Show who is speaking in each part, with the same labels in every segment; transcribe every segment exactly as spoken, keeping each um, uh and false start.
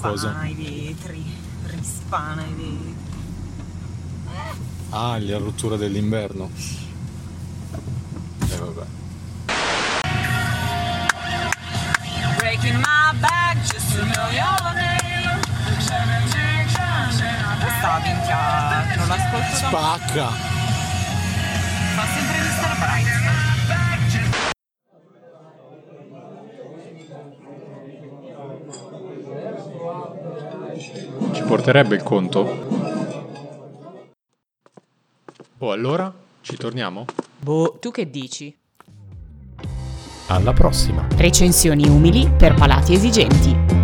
Speaker 1: cosa?
Speaker 2: Rispana i vetri, rispana i vetri.
Speaker 1: Ah, la rottura dell'inverno. E eh, vabbè.
Speaker 2: Breaking my back just to know your name. Questa minchia, non l'ascolto da...
Speaker 1: Spacca!
Speaker 2: Fa sempre mister Bright.
Speaker 1: Ci porterebbe il conto? Oh, allora? Ci torniamo?
Speaker 2: Boh, tu che dici?
Speaker 1: Alla prossima!
Speaker 2: Recensioni umili per palati esigenti.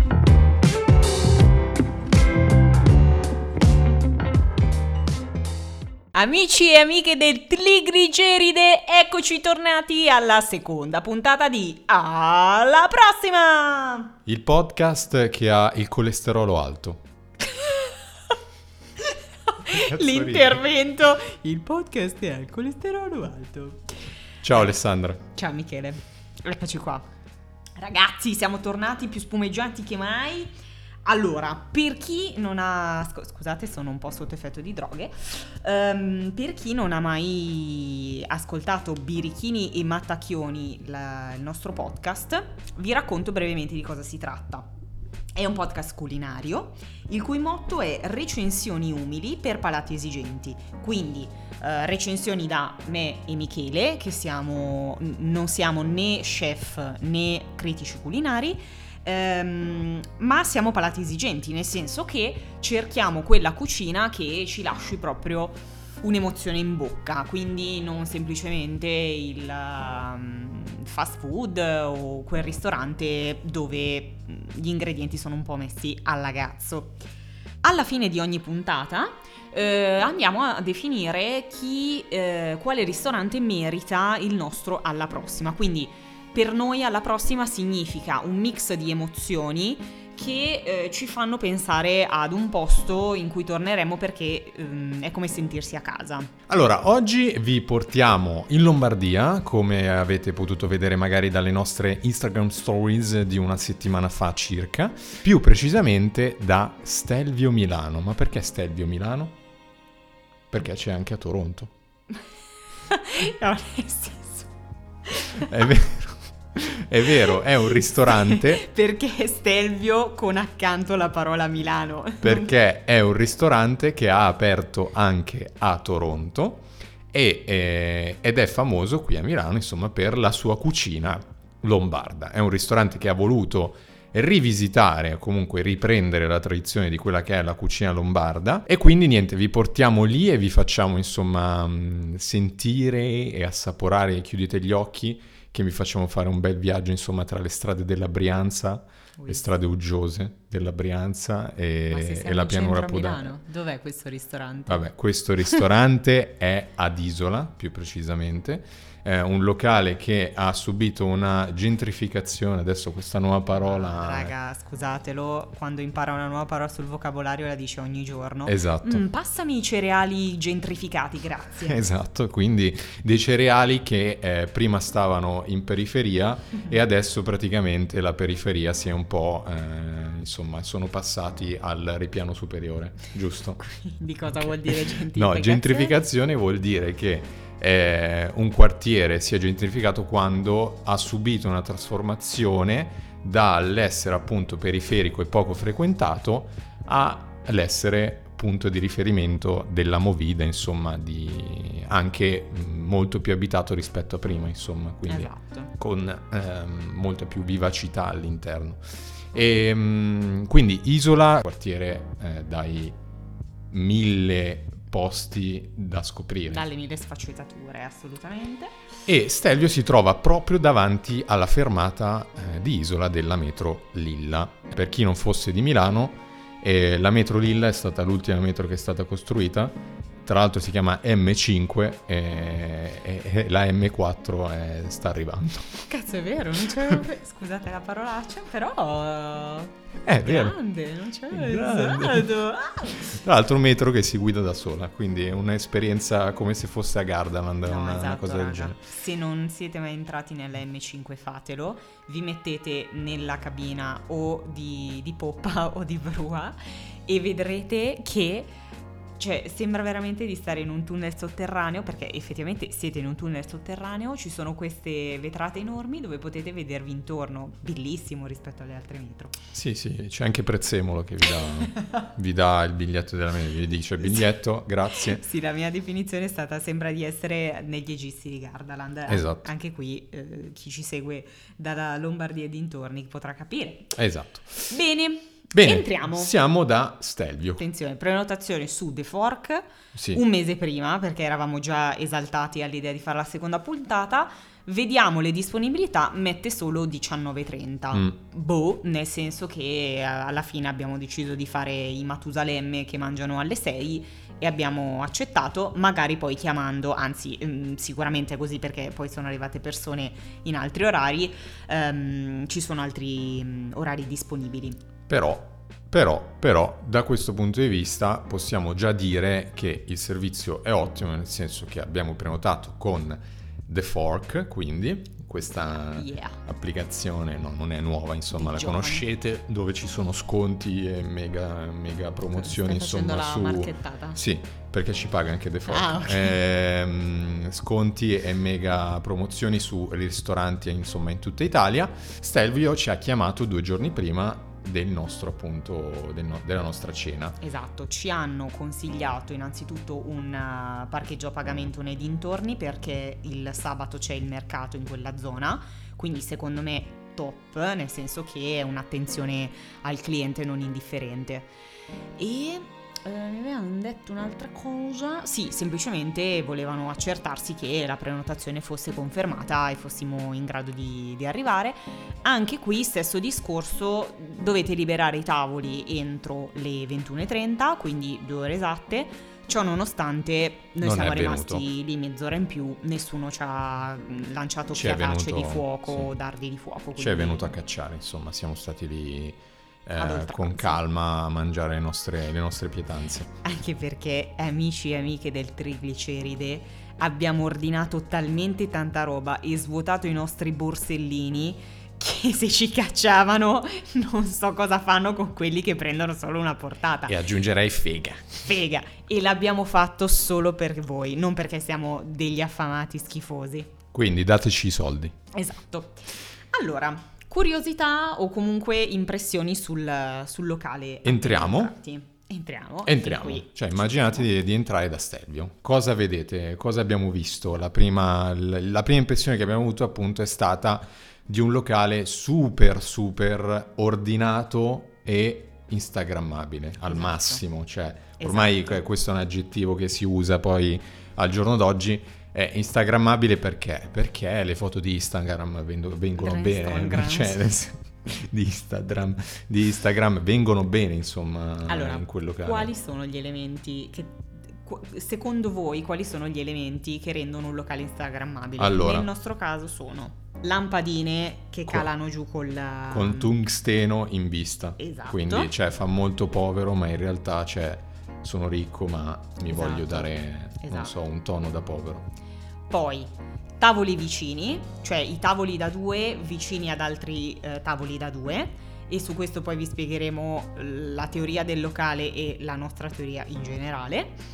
Speaker 2: Amici e amiche del Trigliceride, eccoci tornati alla seconda puntata di Alla prossima!
Speaker 1: Il podcast che ha il colesterolo alto.
Speaker 2: L'intervento, il podcast che ha il colesterolo alto.
Speaker 1: Ciao Alessandra.
Speaker 2: Ciao Michele, eccoci qua. Ragazzi, siamo tornati più spumeggianti che mai. Allora, per chi non ha... Scusate, sono un po' sotto effetto di droghe. Um, per chi non ha mai ascoltato Birichini e Mattacchioni, la, il nostro podcast, vi racconto brevemente di cosa si tratta. È un podcast culinario, il cui motto è recensioni umili per palati esigenti. Quindi eh, recensioni da me e Michele, che siamo, non siamo né chef né critici culinari, ehm, ma siamo palati esigenti, nel senso che cerchiamo quella cucina che ci lasci proprio un'emozione in bocca, quindi non semplicemente il um, fast food o quel ristorante dove gli ingredienti sono un po' messi alla cazzo. Alla fine di ogni puntata eh, andiamo a definire chi, eh, quale ristorante merita il nostro alla prossima, quindi per noi alla prossima significa un mix di emozioni che eh, ci fanno pensare ad un posto in cui torneremo perché ehm, è come sentirsi a casa.
Speaker 1: Allora, oggi vi portiamo in Lombardia, come avete potuto vedere magari dalle nostre Instagram stories di una settimana fa circa, più precisamente da Stelvio Milano. Ma perché Stelvio Milano? Perché c'è anche a Toronto.
Speaker 2: No, nel senso...
Speaker 1: È vero. È vero, è un ristorante.
Speaker 2: Perché Stelvio con accanto la parola Milano?
Speaker 1: Perché è un ristorante che ha aperto anche a Toronto e, eh, ed è famoso qui a Milano, insomma, per la sua cucina lombarda. È un ristorante che ha voluto rivisitare o comunque riprendere la tradizione di quella che è la cucina lombarda e quindi niente, vi portiamo lì e vi facciamo insomma sentire e assaporare, chiudete gli occhi che vi facciamo fare un bel viaggio insomma tra le strade della Brianza, Ui. le strade uggiose della Brianza e, e la pianura padana.
Speaker 2: Dov'è questo ristorante?
Speaker 1: Vabbè, questo ristorante è ad Isola, più precisamente. È un locale che ha subito una gentrificazione, adesso questa nuova parola...
Speaker 2: Ah, raga, scusatelo, quando impara una nuova parola sul vocabolario la dice ogni giorno.
Speaker 1: Esatto.
Speaker 2: Mm, passami i cereali gentrificati, grazie.
Speaker 1: Esatto, quindi dei cereali che eh, prima stavano in periferia e adesso praticamente la periferia si è un po', eh, insomma, sono passati al ripiano superiore, giusto?
Speaker 2: Di cosa vuol dire gentrificazione?
Speaker 1: No, gentrificazione vuol dire che Eh, un quartiere si è gentrificato quando ha subito una trasformazione dall'essere appunto periferico e poco frequentato all'essere punto di riferimento della movida, insomma, di anche molto più abitato rispetto a prima, insomma, quindi
Speaker 2: esatto.
Speaker 1: con ehm, molta più vivacità all'interno. E mh, quindi Isola, quartiere eh, dai mille posti da scoprire.
Speaker 2: Dalle mille sfaccettature, assolutamente.
Speaker 1: E Stelvio si trova proprio davanti alla fermata eh, di Isola della metro Lilla. Per chi non fosse di Milano, eh, la metro Lilla è stata l'ultima metro che è stata costruita tra l'altro si chiama M cinque e, e, e la M quattro è, sta arrivando.
Speaker 2: Cazzo, è vero, non c'avevo pre- scusate la parolaccia, però
Speaker 1: È vero.
Speaker 2: grande, non c'avevo
Speaker 1: Grande.
Speaker 2: pensato. Ah!
Speaker 1: Tra l'altro metro che si guida da sola, quindi è un'esperienza come se fosse a Gardaland,
Speaker 2: No,
Speaker 1: una,
Speaker 2: esatto,
Speaker 1: una cosa del
Speaker 2: raga.
Speaker 1: genere.
Speaker 2: Se non siete mai entrati nella M cinque, fatelo. Vi mettete nella cabina o di, di poppa o di prua e vedrete che, cioè, sembra veramente di stare in un tunnel sotterraneo, perché effettivamente siete in un tunnel sotterraneo, ci sono queste vetrate enormi dove potete vedervi intorno, bellissimo rispetto alle altre metro.
Speaker 1: Sì, sì, c'è anche Prezzemolo che vi dà, vi dà il biglietto della metro, vi dice biglietto, grazie.
Speaker 2: Sì, la mia definizione è stata, sembra di essere negli Egizi di Gardaland.
Speaker 1: Esatto.
Speaker 2: Anche qui eh, chi ci segue dalla Lombardia e dintorni potrà capire.
Speaker 1: Esatto.
Speaker 2: Bene,
Speaker 1: Bene,
Speaker 2: entriamo.
Speaker 1: siamo da Stelvio.
Speaker 2: Attenzione, prenotazione su The Fork,
Speaker 1: Sì.
Speaker 2: un mese prima, perché eravamo già esaltati all'idea di fare la seconda puntata. Vediamo le disponibilità, mette solo diciannove e trenta.
Speaker 1: Mm.
Speaker 2: Boh, nel senso che eh, alla fine abbiamo deciso di fare i Matusalemme che mangiano alle sei e abbiamo accettato, magari poi chiamando, anzi mm, sicuramente è così perché poi sono arrivate persone in altri orari, ehm, ci sono altri mm, orari disponibili.
Speaker 1: Però, però, però, da questo punto di vista possiamo già dire che il servizio è ottimo, nel senso che abbiamo prenotato con The Fork, quindi questa
Speaker 2: Yeah.
Speaker 1: applicazione no, non è nuova, insomma,
Speaker 2: Di
Speaker 1: la
Speaker 2: giovani.
Speaker 1: conoscete, dove ci sono sconti e mega, mega promozioni,
Speaker 2: Stai facendo
Speaker 1: insomma,
Speaker 2: la
Speaker 1: su...
Speaker 2: marchettata?
Speaker 1: Sì, perché ci paga anche The Fork.
Speaker 2: Ah, ok.
Speaker 1: Ehm, sconti e mega promozioni su ristoranti, insomma, in tutta Italia. Stelvio ci ha chiamato due giorni prima del nostro, appunto, del no- della nostra cena.
Speaker 2: Esatto, ci hanno consigliato innanzitutto un uh, parcheggio a pagamento nei dintorni perché il sabato c'è il mercato in quella zona, quindi secondo me top, nel senso che è un'attenzione al cliente non indifferente. E eh, mi avevano detto un'altra cosa, sì, semplicemente volevano accertarsi che la prenotazione fosse confermata e fossimo in grado di, di arrivare. Anche qui stesso discorso, dovete liberare i tavoli entro le ventuno e trenta, quindi due ore esatte. Ciò nonostante noi
Speaker 1: Non
Speaker 2: siamo
Speaker 1: è
Speaker 2: rimasti
Speaker 1: venuto.
Speaker 2: lì mezz'ora in più, nessuno ci ha mh, lanciato
Speaker 1: Ci è
Speaker 2: fiatacce
Speaker 1: venuto,
Speaker 2: di fuoco,
Speaker 1: sì.
Speaker 2: dardi di fuoco.
Speaker 1: Ci è
Speaker 2: quindi-
Speaker 1: venuto a cacciare, insomma, siamo stati lì eh,
Speaker 2: Ad oltranza.
Speaker 1: con calma a mangiare le nostre, le nostre pietanze.
Speaker 2: Anche perché, amici e amiche del trigliceride, abbiamo ordinato talmente tanta roba e svuotato i nostri borsellini che se ci cacciavano non so cosa fanno con quelli che prendono solo una portata.
Speaker 1: E aggiungerei fega.
Speaker 2: Fega! E l'abbiamo fatto solo per voi, non perché siamo degli affamati schifosi.
Speaker 1: Quindi dateci i soldi.
Speaker 2: Esatto. Allora, curiosità o comunque impressioni sul, sul locale.
Speaker 1: Entriamo.
Speaker 2: Entrati. Entriamo.
Speaker 1: Entriamo,
Speaker 2: Fin qui
Speaker 1: cioè
Speaker 2: ci
Speaker 1: immaginate
Speaker 2: siamo.
Speaker 1: di, di entrare da Stelvio. Cosa vedete? Cosa abbiamo visto? La prima, l- la prima impressione che abbiamo avuto appunto è stata di un locale super super ordinato e instagrammabile al
Speaker 2: Esatto.
Speaker 1: massimo, cioè ormai
Speaker 2: Esatto.
Speaker 1: questo è un aggettivo che si usa poi al giorno d'oggi. È instagrammabile perché? Perché le foto di Instagram vendo- vengono
Speaker 2: Della
Speaker 1: bene,
Speaker 2: Instagram.
Speaker 1: cioè, nel sen- di Instagram, di Instagram vengono bene, insomma,
Speaker 2: Allora,
Speaker 1: in quel locale.
Speaker 2: quali sono gli elementi che qu- secondo voi quali sono gli elementi che rendono un locale instagrammabile?
Speaker 1: Allora.
Speaker 2: Nel nostro caso sono lampadine che
Speaker 1: Co-
Speaker 2: calano giù col
Speaker 1: Con tungsteno in vista.
Speaker 2: Esatto.
Speaker 1: Quindi, cioè, fa molto povero, ma in realtà, cioè, sono ricco, ma mi
Speaker 2: Esatto.
Speaker 1: voglio dare, non
Speaker 2: Esatto.
Speaker 1: so, un tono da povero.
Speaker 2: Poi tavoli vicini, cioè i tavoli da due vicini ad altri eh, tavoli da due, e su questo poi vi spiegheremo la teoria del locale e la nostra teoria in generale.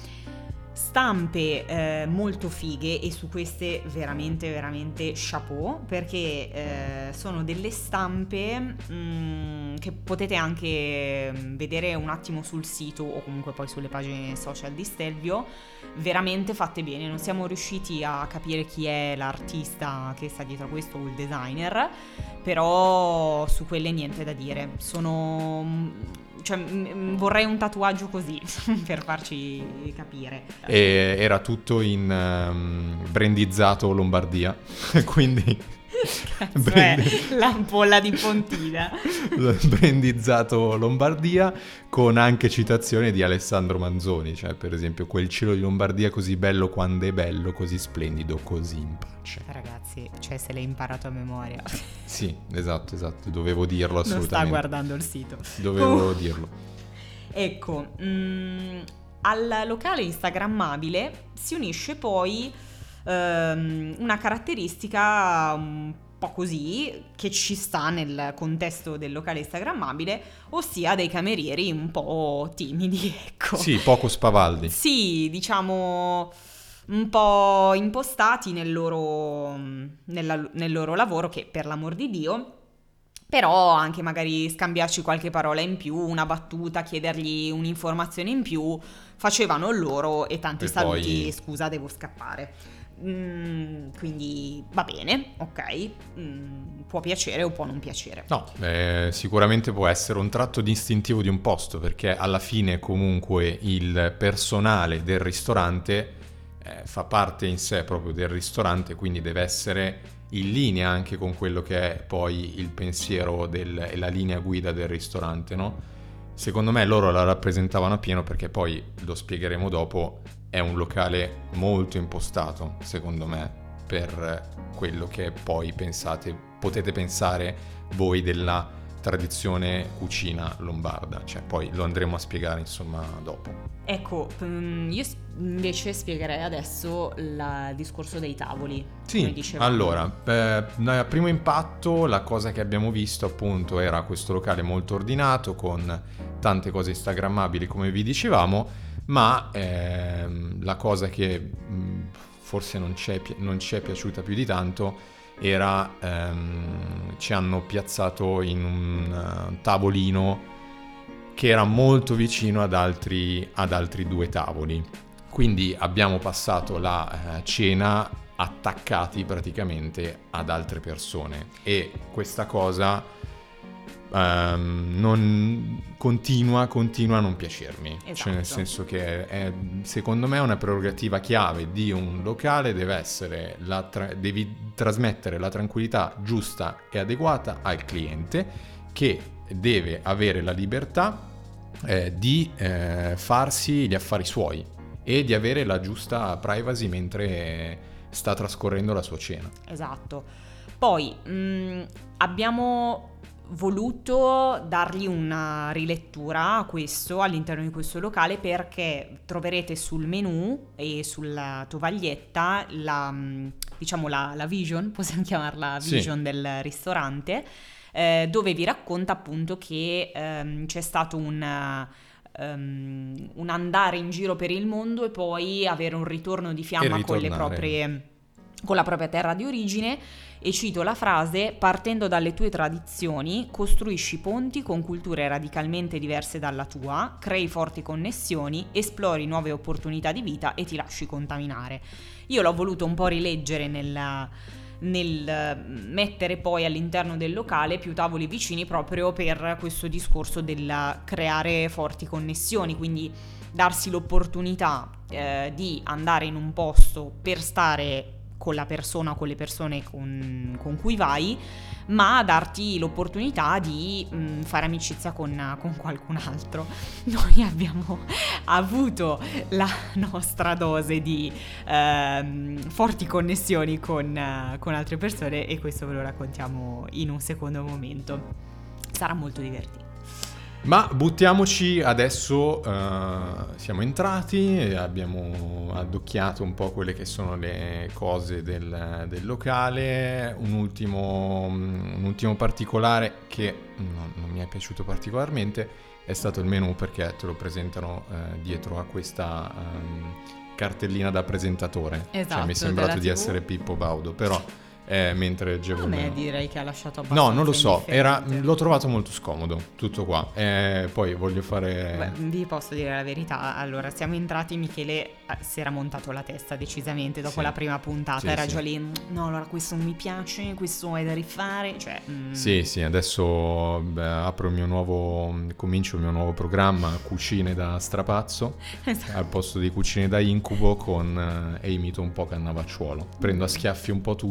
Speaker 2: Stampe eh, molto fighe, e su queste veramente veramente chapeau, perché eh, sono delle stampe mh, che potete anche mh, vedere un attimo sul sito o comunque poi sulle pagine social di Stelvio, veramente fatte bene. Non siamo riusciti a capire chi è l'artista che sta dietro a questo o il designer, però su quelle niente da dire. Sono... cioè m- vorrei un tatuaggio così per farci capire.
Speaker 1: E era tutto in um, brandizzato Lombardia, quindi
Speaker 2: Brandi... Cioè, l'ampolla di Pontina.
Speaker 1: Brandizzato Lombardia, con anche citazione di Alessandro Manzoni, cioè per esempio quel cielo di Lombardia così bello quando è bello, così splendido, così in pace.
Speaker 2: Ragazzi, cioè se l'hai imparato a memoria.
Speaker 1: Sì, esatto, esatto, dovevo dirlo assolutamente.
Speaker 2: Non sta guardando il sito.
Speaker 1: Dovevo uh. dirlo.
Speaker 2: Ecco, mh, al locale instagrammabile si unisce poi um, una caratteristica un po' così che ci sta nel contesto del locale instagrammabile, ossia dei camerieri un po' timidi, ecco.
Speaker 1: Sì, poco spavaldi.
Speaker 2: Sì, diciamo un po' impostati nel loro, nella, nel loro lavoro, che per l'amor di Dio, però anche magari scambiarci qualche parola in più, una battuta, chiedergli un'informazione in più, facevano loro e tanti
Speaker 1: e
Speaker 2: saluti,
Speaker 1: poi...
Speaker 2: scusa devo scappare. Mm, quindi va bene, ok, mm, può piacere o può non piacere.
Speaker 1: No, eh, sicuramente può essere un tratto distintivo di un posto, perché alla fine comunque il personale del ristorante eh, fa parte in sé proprio del ristorante, quindi deve essere in linea anche con quello che è poi il pensiero del, e la linea guida del ristorante, no? Secondo me loro la rappresentavano appieno, perché poi, lo spiegheremo dopo, è un locale molto impostato, secondo me, per quello che poi pensate, potete pensare voi della tradizione cucina lombarda, cioè poi lo andremo a spiegare insomma dopo.
Speaker 2: Ecco, io invece spiegherei adesso la, il discorso dei tavoli.
Speaker 1: Sì, allora, eh, a primo impatto la cosa che abbiamo visto appunto era questo locale molto ordinato, con tante cose instagrammabili come vi dicevamo, ma ehm, la cosa che mh, forse non ci non ci è piaciuta più di tanto era ehm, ci hanno piazzato in un uh, tavolino che era molto vicino ad altri, ad altri due tavoli, quindi abbiamo passato la uh, cena attaccati praticamente ad altre persone, e questa cosa Um, non continua continua a non piacermi. Esatto. Cioè nel senso che è, secondo me, una prerogativa chiave di un locale deve essere la tra- devi trasmettere la tranquillità giusta e adeguata al cliente, che deve avere la libertà eh, di eh, farsi gli affari suoi e di avere la giusta privacy mentre sta trascorrendo la sua cena.
Speaker 2: Esatto. Poi mh, abbiamo voluto dargli una rilettura a questo all'interno di questo locale, perché troverete sul menù e sulla tovaglietta la, diciamo la, la vision, possiamo chiamarla vision, sì, del ristorante, eh, dove vi racconta appunto che ehm, c'è stato un um, un andare in giro per il mondo e poi avere un ritorno di fiamma con le proprie con la propria terra di origine. E cito la frase: partendo dalle tue tradizioni, costruisci ponti con culture radicalmente diverse dalla tua, crei forti connessioni, esplori nuove opportunità di vita e ti lasci contaminare. Io l'ho voluto un po' rileggere nel, nel mettere poi all'interno del locale più tavoli vicini, proprio per questo discorso del creare forti connessioni, quindi darsi l'opportunità eh, di andare in un posto per stare con la persona o con le persone con, con cui vai, ma darti l'opportunità di mh, fare amicizia con, con qualcun altro. Noi abbiamo avuto la nostra dose di ehm, forti connessioni con, uh, con altre persone, e questo ve lo raccontiamo in un secondo momento. Sarà molto divertente.
Speaker 1: Ma buttiamoci adesso, uh, siamo entrati e abbiamo addocchiato un po' quelle che sono le cose del, del locale. Un ultimo, un ultimo particolare che non, non mi è piaciuto particolarmente è stato il menù, perché te lo presentano uh, dietro a questa um, cartellina da presentatore.
Speaker 2: Esatto,
Speaker 1: cioè, mi è sembrato di essere Pippo Baudo, però... Eh, mentre leggevo
Speaker 2: a me
Speaker 1: il...
Speaker 2: direi che ha lasciato abbastanza
Speaker 1: no, non lo so, era, l'ho trovato molto scomodo tutto qua. Eh, poi voglio fare...
Speaker 2: Beh, vi posso dire la verità. Allora, siamo entrati, Michele si era montato la testa decisamente dopo sì. la prima puntata, sì, era sì. già lì, no, allora questo non mi piace, questo è da rifare, cioè mm. sì
Speaker 1: sì, adesso beh, apro il mio nuovo comincio il mio nuovo programma Cucine da strapazzo, esatto. al posto di Cucine da incubo, con eh, e imito un po' Cannavacciuolo, prendo a schiaffi un po' tutti.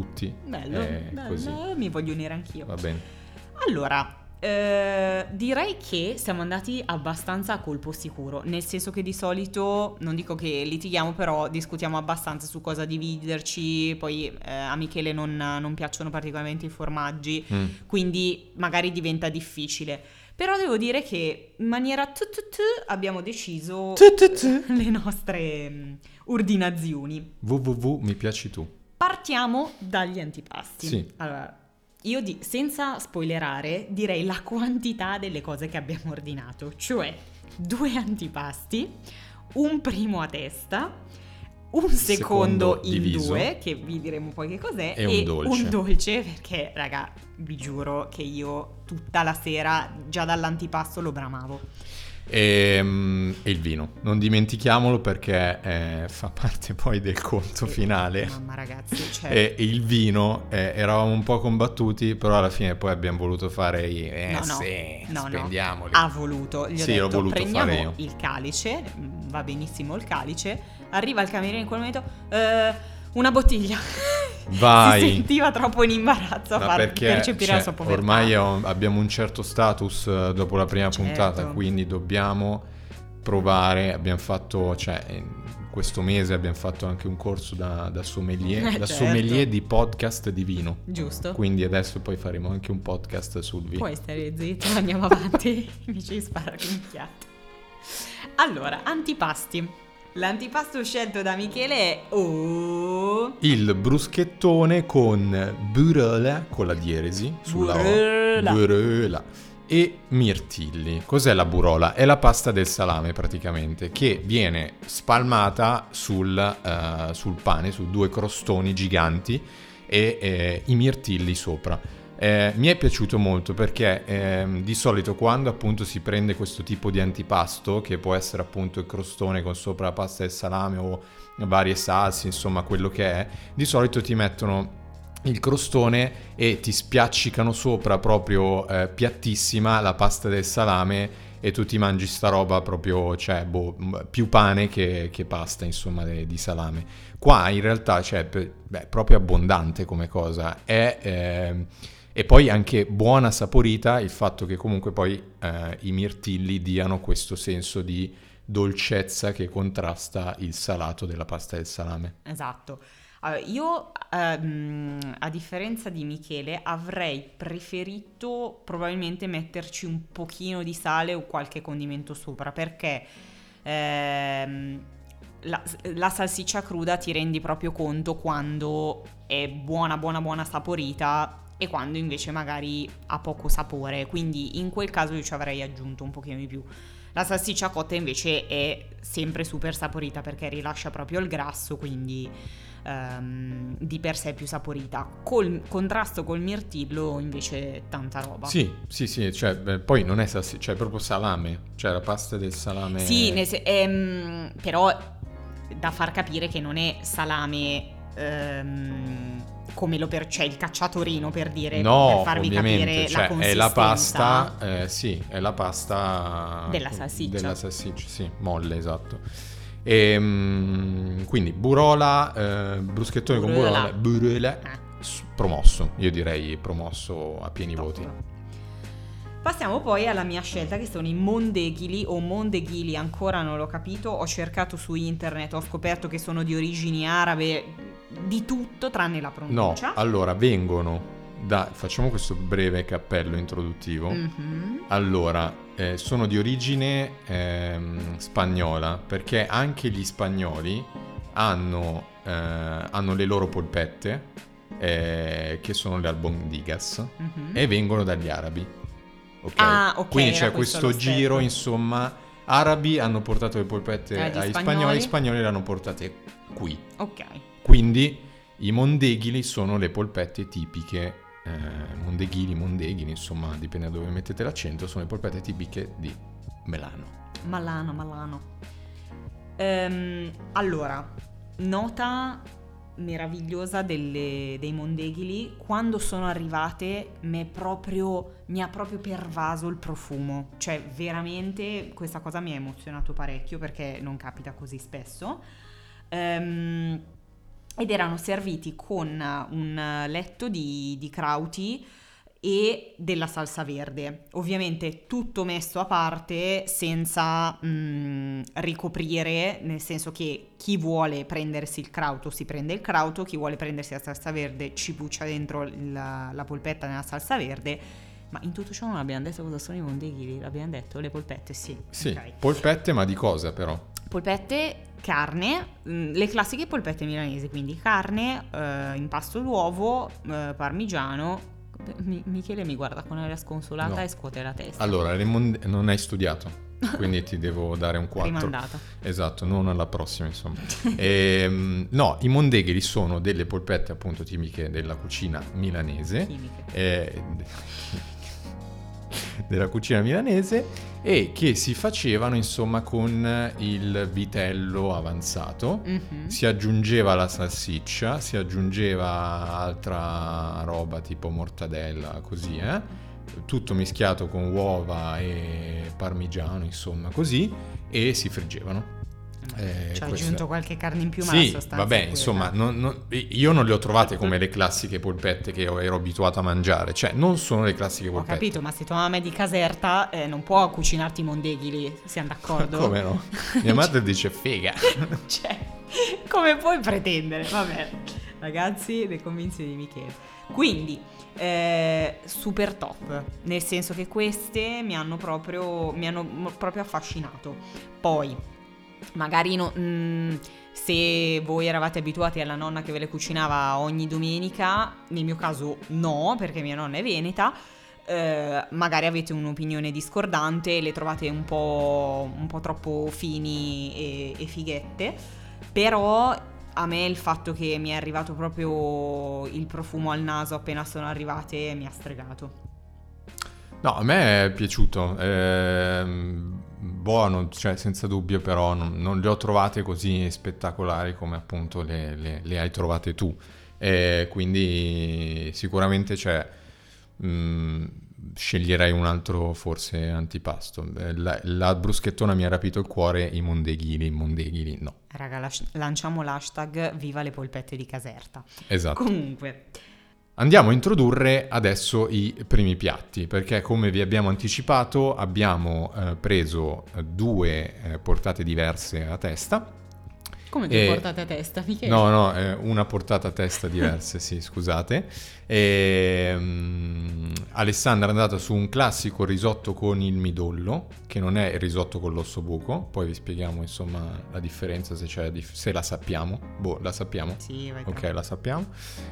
Speaker 2: bello,
Speaker 1: Eh,
Speaker 2: bello,
Speaker 1: così.
Speaker 2: mi voglio unire anch'io.
Speaker 1: Va bene.
Speaker 2: Allora, eh, direi che siamo andati abbastanza a colpo sicuro, nel senso che di solito, non dico che litighiamo, però discutiamo abbastanza su cosa dividerci, poi eh, a Michele non, non piacciono particolarmente i formaggi,
Speaker 1: Mm.
Speaker 2: quindi magari diventa difficile. Però devo dire che in maniera tu tu tu abbiamo deciso
Speaker 1: Tu tu tu.
Speaker 2: le nostre mm, ordinazioni.
Speaker 1: www mi piaci tu.
Speaker 2: Partiamo dagli antipasti.
Speaker 1: Sì.
Speaker 2: Allora, io di- senza spoilerare direi la quantità delle cose che abbiamo ordinato, cioè due antipasti, un primo a testa, un secondo,
Speaker 1: Secondo
Speaker 2: in
Speaker 1: diviso.
Speaker 2: due, che vi diremo poi che cos'è,
Speaker 1: E un dolce.
Speaker 2: un dolce, perché raga, vi giuro che io tutta la sera già dall'antipasto lo bramavo.
Speaker 1: E, mm, e il vino, non dimentichiamolo perché eh, fa parte poi del conto
Speaker 2: E-
Speaker 1: finale.
Speaker 2: Mamma ragazzi, cioè...
Speaker 1: E il vino, eh, eravamo un po' combattuti, però alla fine poi abbiamo voluto fare i... Eh
Speaker 2: No, no,
Speaker 1: sì,
Speaker 2: no, no.
Speaker 1: spendiamoli.
Speaker 2: Ha voluto, gli ho
Speaker 1: Sì, l'ho
Speaker 2: detto
Speaker 1: voluto
Speaker 2: prendiamo
Speaker 1: fare io.
Speaker 2: il calice, mm, va benissimo il calice, arriva il cameriere in quel momento, "Eh, una bottiglia."
Speaker 1: Vai.
Speaker 2: Si sentiva troppo in imbarazzo a
Speaker 1: Ma
Speaker 2: far
Speaker 1: perché
Speaker 2: percepire
Speaker 1: cioè,
Speaker 2: la sua povertà.
Speaker 1: ormai ho- abbiamo un certo status eh, dopo la prima
Speaker 2: Certo.
Speaker 1: puntata, quindi dobbiamo provare. Abbiamo fatto, cioè, in questo mese abbiamo fatto anche un corso da, da sommelier,
Speaker 2: Eh,
Speaker 1: da
Speaker 2: certo.
Speaker 1: sommelier di podcast di vino.
Speaker 2: Giusto?
Speaker 1: Quindi adesso poi faremo anche un podcast sul vino.
Speaker 2: Puoi stare zitto, andiamo avanti, invece di sparare minchiate. Allora, antipasti. L'antipasto scelto da Michele è... Oh...
Speaker 1: Il bruschettone con burola, con la dieresi, sulla
Speaker 2: Burola.
Speaker 1: O, burola, e mirtilli. Cos'è la burola? È la pasta del salame praticamente, che viene spalmata sul, eh, sul pane, su due crostoni giganti e eh, i mirtilli sopra. Eh, mi è piaciuto molto perché ehm, di solito quando appunto si prende questo tipo di antipasto, che può essere appunto il crostone con sopra la pasta del salame o varie salse, insomma quello che è, di solito ti mettono il crostone e ti spiaccicano sopra proprio eh, piattissima la pasta del salame e tu ti mangi sta roba proprio, cioè, boh, più pane che, che pasta, insomma, de, di salame. Qua in realtà, cioè, beh, proprio abbondante come cosa. È... Eh, E poi anche buona saporita il fatto che comunque poi eh, i mirtilli diano questo senso di dolcezza che contrasta il salato della pasta del salame.
Speaker 2: Esatto. Allora, io, ehm, a differenza di Michele, avrei preferito probabilmente metterci un pochino di sale o qualche condimento sopra, perché ehm, la, la salsiccia cruda ti rendi proprio conto quando è buona, buona, buona saporita e quando invece magari ha poco sapore, quindi in quel caso io ci avrei aggiunto un pochino di più. La salsiccia cotta invece è sempre super saporita perché rilascia proprio il grasso, quindi um, di per sé è più saporita. Col contrasto col mirtillo invece tanta roba.
Speaker 1: Sì, sì, sì, cioè beh, poi non è salsiccia, cioè è proprio salame, cioè la pasta del salame.
Speaker 2: Sì, nel se- ehm, però da far capire che non è salame ehm, come lo per c'è il cacciatorino, per dire,
Speaker 1: No,
Speaker 2: per farvi
Speaker 1: ovviamente,
Speaker 2: capire
Speaker 1: cioè,
Speaker 2: la consistenza.
Speaker 1: è la pasta, eh, sì, è la pasta
Speaker 2: Della salsiccia.
Speaker 1: Della salsiccia, sì, molle, esatto. E, mm, quindi burola, eh, bruschettone con
Speaker 2: Burola.
Speaker 1: burola, burola,
Speaker 2: Eh.
Speaker 1: s- promosso, io direi promosso a pieni
Speaker 2: Top.
Speaker 1: voti.
Speaker 2: Passiamo poi alla mia scelta, che sono i mondeghili o mondeghili, ancora non l'ho capito, ho cercato su internet, ho scoperto che sono di origini arabe, di tutto tranne la
Speaker 1: No,
Speaker 2: pronuncia.
Speaker 1: allora vengono da, facciamo questo breve cappello introduttivo.
Speaker 2: Mhm.
Speaker 1: Allora, eh, sono di origine ehm, spagnola, perché anche gli spagnoli hanno, eh, hanno le loro polpette, eh, che sono le albondigas,
Speaker 2: Mhm.
Speaker 1: e vengono dagli arabi. Ok?
Speaker 2: Ah, ok,
Speaker 1: Quindi
Speaker 2: era
Speaker 1: c'è
Speaker 2: questo
Speaker 1: questo
Speaker 2: lo
Speaker 1: giro,
Speaker 2: step.
Speaker 1: insomma, arabi hanno portato le polpette
Speaker 2: Agli
Speaker 1: ai
Speaker 2: spagnoli.
Speaker 1: spagnoli, gli spagnoli le hanno portate qui.
Speaker 2: Ok.
Speaker 1: Quindi i mondeghili sono le polpette tipiche, eh, mondeghili, mondeghili, insomma, dipende da dove mettete l'accento, sono le polpette tipiche di Milano.
Speaker 2: Malano, Malano. Ehm, allora, nota meravigliosa delle- dei mondeghili, quando sono arrivate mi, è proprio, mi ha proprio pervaso il profumo, cioè veramente questa cosa mi ha emozionato parecchio perché non capita così spesso. Ehm, ed erano serviti con un letto di, di crauti e della salsa verde, ovviamente tutto messo a parte senza mh, ricoprire, nel senso che chi vuole prendersi il crauto si prende il crauto, chi vuole prendersi la salsa verde ci buccia dentro la, la polpetta nella salsa verde. Ma in tutto ciò non abbiamo detto cosa sono i mondeghili, l'abbiamo detto? Le polpette, sì.
Speaker 1: Sì,
Speaker 2: Okay.
Speaker 1: polpette, ma di cosa però?
Speaker 2: Polpette, carne, mh, le classiche polpette milanesi, quindi carne, eh, impasto d'uovo, eh, parmigiano. Mi- Michele mi guarda con aria sconsolata
Speaker 1: No.
Speaker 2: e scuote la testa.
Speaker 1: Allora, le monde- non hai studiato, quindi ti devo dare un quattro.
Speaker 2: Rimandata.
Speaker 1: Esatto, non alla prossima, insomma. Ehm, no, i mondeghili sono delle polpette appunto tipiche della cucina milanese.
Speaker 2: Chimiche.
Speaker 1: eh, della cucina milanese e che si facevano insomma con il vitello avanzato.
Speaker 2: Mhm.
Speaker 1: Si aggiungeva la salsiccia, si aggiungeva altra roba tipo mortadella, così, eh? Tutto mischiato con uova e parmigiano, insomma, così, e si friggevano. Eh,
Speaker 2: Ci ha
Speaker 1: questo-
Speaker 2: aggiunto qualche carne in più, ma la
Speaker 1: Sì,
Speaker 2: sostanza
Speaker 1: vabbè,
Speaker 2: è quella.
Speaker 1: insomma, non- non- io non le ho trovate come le classiche polpette che ero abituato a mangiare, cioè non sono le classiche
Speaker 2: Ho
Speaker 1: polpette.
Speaker 2: capito, ma se tua mamma è di Caserta eh, non può cucinarti i mondeghili, siamo d'accordo?
Speaker 1: Come no? Mia madre dice fega.
Speaker 2: Cioè, come puoi pretendere? Vabbè, ragazzi, le convinzioni di Michele. Quindi, eh, super top, nel senso che queste mi hanno proprio, mi hanno m- proprio affascinato. Poi, magari no- mh, se voi eravate abituati alla nonna che ve le cucinava ogni domenica, nel mio caso no, perché mia nonna è veneta. Eh, magari avete un'opinione discordante, le trovate un po', un po' troppo fini e, e fighette, però a me il fatto che mi è arrivato proprio il profumo al naso appena sono arrivate mi ha stregato.
Speaker 1: No, a me è piaciuto, ehm, buono, cioè senza dubbio, però non, non le ho trovate così spettacolari come appunto le, le- le hai trovate tu. Eh, quindi sicuramente c'è, mh, sceglierei un altro forse antipasto. Eh, La, la bruschettona mi ha rapito il cuore, i mondeghili, i mondeghili no.
Speaker 2: Raga, las- lanciamo l'hashtag viva le polpette di Caserta.
Speaker 1: Esatto.
Speaker 2: Comunque,
Speaker 1: Andiamo a introdurre adesso i primi piatti, perché come vi abbiamo anticipato abbiamo eh, preso eh, due eh, portate diverse a testa.
Speaker 2: come due
Speaker 1: E-
Speaker 2: portate a testa, Michele?
Speaker 1: No, no, eh, una portata a testa diverse, sì, scusate. E, mm, Alessandra è andata su un classico risotto con il midollo, che non è il risotto con l'ossobuco, poi vi spieghiamo insomma la differenza, se, c'è, dif- se la sappiamo. Boh, la sappiamo?
Speaker 2: Sì, vai
Speaker 1: Ok,
Speaker 2: tranquillo.
Speaker 1: la sappiamo.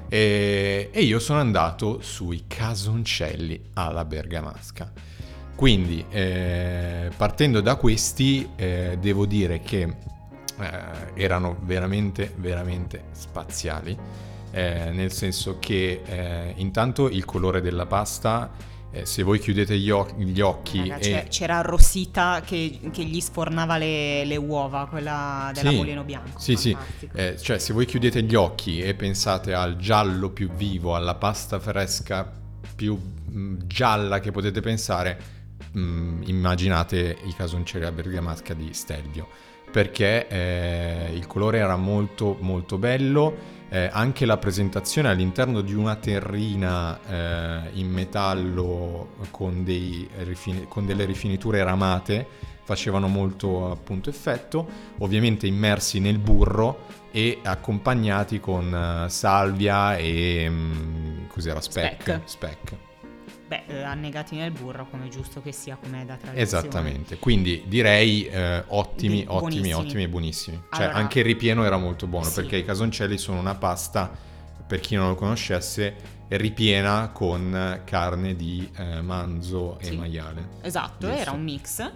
Speaker 1: E, e io sono andato sui casoncelli alla bergamasca. Quindi, eh, partendo da questi, eh, devo dire che eh, erano veramente, veramente spaziali. Eh, nel senso che eh, intanto il colore della pasta, eh, se voi chiudete gli, oc- gli occhi
Speaker 2: Raga,
Speaker 1: e...
Speaker 2: c'è- c'era Rosita che, che gli sfornava le, le uova, quella della
Speaker 1: Sì,
Speaker 2: Mulino Bianco.
Speaker 1: sì, sì.
Speaker 2: Fantastico.
Speaker 1: Eh, cioè se voi chiudete gli occhi e pensate al giallo più vivo, alla pasta fresca più mh, gialla che potete pensare, mh, immaginate i casoncelli a bergamasca di Stelvio, perché eh, il colore era molto molto bello, eh, anche la presentazione all'interno di una terrina eh, in metallo con, dei rifini- con delle rifiniture ramate facevano molto appunto effetto, ovviamente immersi nel burro e accompagnati con eh, salvia e mm, cos'era? Speck.
Speaker 2: Speck.
Speaker 1: Speck.
Speaker 2: Beh, eh, annegati nel burro, come è giusto che sia, come è da tradizione.
Speaker 1: Esattamente, quindi direi eh, ottimi,
Speaker 2: Di-
Speaker 1: ottimi,
Speaker 2: buonissimi.
Speaker 1: ottimi e buonissimi. Cioè
Speaker 2: Allora-
Speaker 1: anche il ripieno era molto buono,
Speaker 2: Sì.
Speaker 1: perché i casoncelli sono una pasta, per chi non lo conoscesse, ripiena con carne di eh, manzo e
Speaker 2: Sì.
Speaker 1: maiale.
Speaker 2: Esatto,
Speaker 1: Giusto.
Speaker 2: era un mix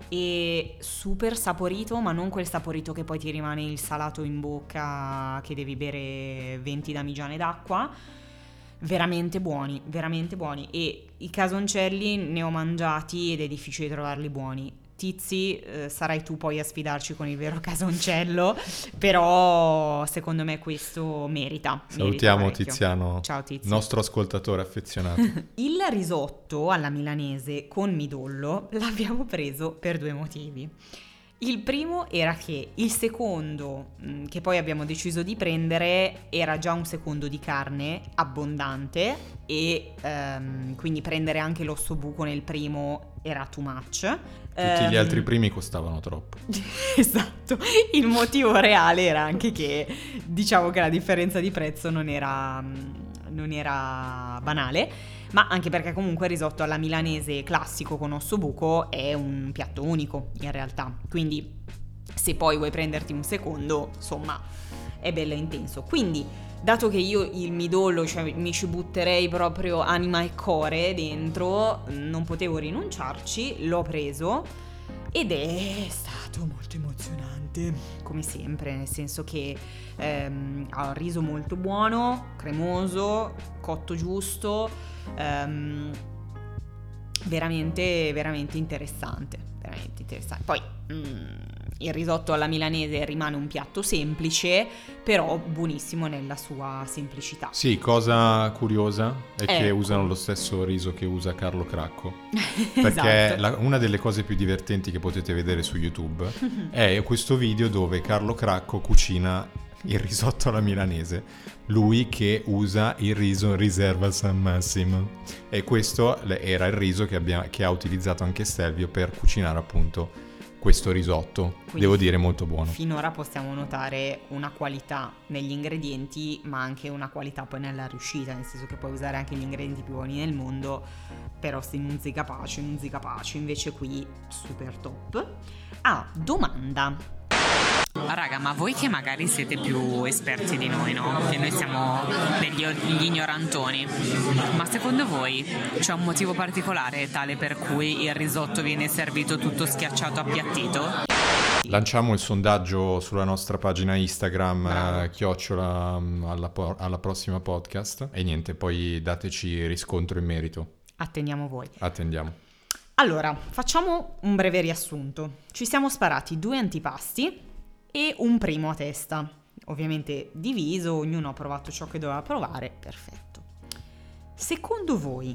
Speaker 2: e super saporito, ma non quel saporito che poi ti rimane il salato in bocca che devi bere venti damigiane d'acqua. Veramente buoni, veramente buoni. E i casoncelli ne ho mangiati ed è difficile trovarli buoni. Tizi, eh, sarai tu poi a sfidarci con il vero casoncello, però secondo me questo merita. merita
Speaker 1: Salutiamo
Speaker 2: parecchio.
Speaker 1: Tiziano,
Speaker 2: Ciao Tizio.
Speaker 1: nostro ascoltatore affezionato.
Speaker 2: Il risotto alla milanese con midollo l'abbiamo preso per due motivi. Il primo era che il secondo, mh, che poi abbiamo deciso di prendere, era già un secondo di carne abbondante e ehm, quindi prendere anche l'ossobuco nel primo era too much.
Speaker 1: Tutti
Speaker 2: um,
Speaker 1: gli altri primi costavano troppo.
Speaker 2: Esatto, il motivo reale era anche che diciamo che la differenza di prezzo non era, non era banale. Ma anche perché comunque il risotto alla milanese classico con ossobuco è un piatto unico in realtà, quindi se poi vuoi prenderti un secondo, insomma, è bello intenso. Quindi, dato che io il midollo, cioè mi ci butterei proprio anima e core dentro, non potevo rinunciarci, l'ho preso ed è stato molto emozionante, come sempre, nel senso che ehm, ha un riso molto buono, cremoso, cotto giusto, ehm, veramente, veramente interessante, veramente interessante. Poi mm, il risotto alla milanese rimane un piatto semplice, però buonissimo nella sua semplicità.
Speaker 1: Sì, cosa curiosa è
Speaker 2: Ecco.
Speaker 1: che usano lo stesso riso che usa Carlo Cracco. Perché
Speaker 2: Esatto.
Speaker 1: la- una delle cose più divertenti che potete vedere su YouTube è questo video dove Carlo Cracco cucina il risotto alla milanese. Lui che usa il riso Riserva San Massimo. E questo le- era il riso che, abbia- che ha utilizzato anche Stelvio per cucinare appunto questo risotto.
Speaker 2: Quindi
Speaker 1: Devo dire molto buono.
Speaker 2: Finora possiamo notare una qualità negli ingredienti, ma anche una qualità poi nella riuscita, nel senso che puoi usare anche gli ingredienti più buoni del mondo, però se non zi capace, non zi capace, invece qui super top. Ah, domanda.
Speaker 3: Ma raga, ma voi che magari siete più esperti di noi, no? Che noi siamo degli, degli ignorantoni. Ma secondo voi c'è un motivo particolare tale per cui il risotto viene servito tutto schiacciato, appiattito?
Speaker 1: Lanciamo il sondaggio sulla nostra pagina Instagram,
Speaker 2: Bravo.
Speaker 1: eh, chiocciola mm, alla, po- alla prossima podcast. E niente, poi dateci riscontro in merito.
Speaker 2: Attendiamo voi.
Speaker 1: Attendiamo.
Speaker 2: Allora, facciamo un breve riassunto. Ci siamo sparati due antipasti e un primo a testa. Ovviamente diviso, ognuno ha provato ciò che doveva provare, perfetto. Secondo voi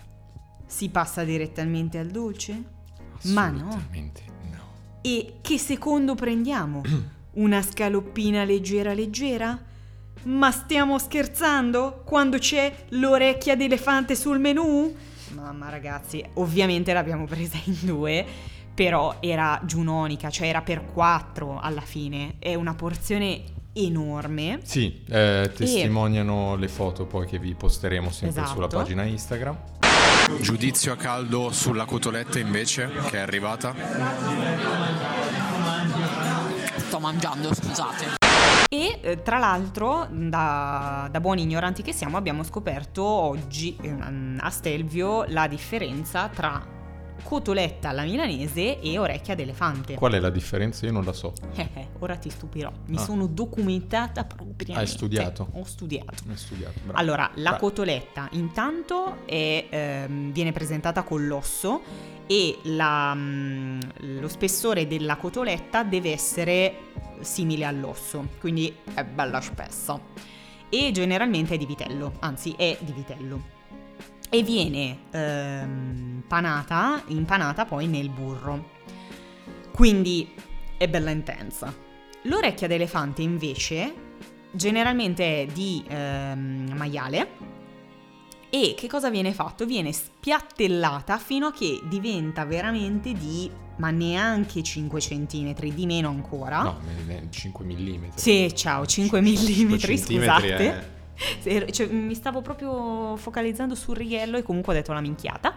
Speaker 2: si passa direttamente al dolce? Ma no.
Speaker 1: Assolutamente no.
Speaker 2: E che secondo prendiamo? Una scaloppina leggera leggera? Ma stiamo scherzando? Quando c'è l'orecchia d'elefante sul menù? Mamma ragazzi, ovviamente l'abbiamo presa in due, però era giunonica, cioè era per quattro alla fine. È una porzione enorme.
Speaker 1: Sì, eh, testimoniano le foto poi che vi posteremo sempre
Speaker 2: Esatto.
Speaker 1: sulla pagina Instagram.
Speaker 4: Giudizio a caldo sulla cotoletta invece, che è arrivata.
Speaker 3: Sto mangiando, scusate.
Speaker 2: E eh, tra l'altro, da, da buoni ignoranti che siamo, abbiamo scoperto oggi eh, a Stelvio la differenza tra cotoletta alla milanese e orecchia d'elefante.
Speaker 1: Qual è la differenza? Io non la so.
Speaker 2: Eh, eh, ora ti stupirò, mi
Speaker 1: Ah.
Speaker 2: sono documentata propriamente.
Speaker 1: Hai studiato?
Speaker 2: Ho studiato.
Speaker 1: Ho studiato. bravo.
Speaker 2: Allora, la
Speaker 1: Beh,
Speaker 2: cotoletta intanto è, ehm, viene presentata con l'osso e la, mm, lo spessore della cotoletta deve essere simile all'osso, quindi è bella spessa. E generalmente è di vitello, anzi è di vitello. E viene ehm, panata, impanata poi nel burro. Quindi è bella intensa. L'orecchia d'elefante invece generalmente è di ehm, maiale. E che cosa viene fatto? Viene spiattellata fino a che diventa veramente di, ma neanche cinque centimetri, di meno ancora.
Speaker 1: No, cinque millimetri.
Speaker 2: Sì, ciao, cinque millimetri,
Speaker 1: centimetri
Speaker 2: scusate.
Speaker 1: è-
Speaker 2: Sì, cioè, mi stavo proprio focalizzando sul righello e comunque ho detto la minchiata.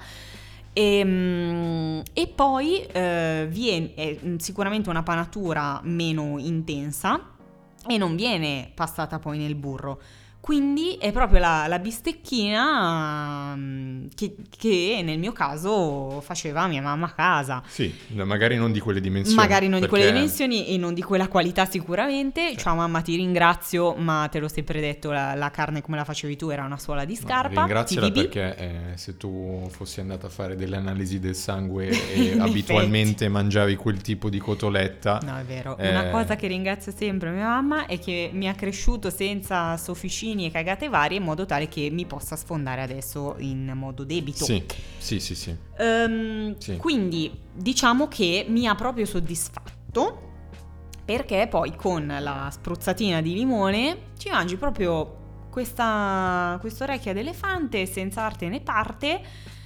Speaker 2: E, e poi eh, viene è sicuramente una panatura meno intensa e non viene passata poi nel burro. Quindi è proprio la, la bistecchina mm, che, che nel mio caso faceva mia mamma a casa.
Speaker 1: Sì, magari non di quelle dimensioni.
Speaker 2: Magari non di quelle
Speaker 1: perché-
Speaker 2: dimensioni e non di quella qualità sicuramente.
Speaker 1: Cioè.
Speaker 2: Ciao mamma, ti ringrazio, ma te l'ho sempre detto, la, la carne come la facevi tu era una suola di
Speaker 1: No,
Speaker 2: scarpa.
Speaker 1: ringraziala
Speaker 2: T V B.
Speaker 1: perché eh, se tu fossi andata a fare delle analisi del sangue e
Speaker 2: In
Speaker 1: abitualmente mangiavi quel tipo di cotoletta,
Speaker 2: No, è vero.
Speaker 1: Eh.
Speaker 2: Una cosa che ringrazio sempre mia mamma è che mi ha cresciuto senza sofficini e cagate varie in modo tale che mi possa sfondare adesso in modo debito.
Speaker 1: sì, sì, sì, sì.
Speaker 2: Ehm,
Speaker 1: Sì.
Speaker 2: Quindi diciamo che mi ha proprio soddisfatto. tanto, perché poi con la spruzzatina di limone ci mangi proprio questa, questo orecchia d'elefante senza arte né parte.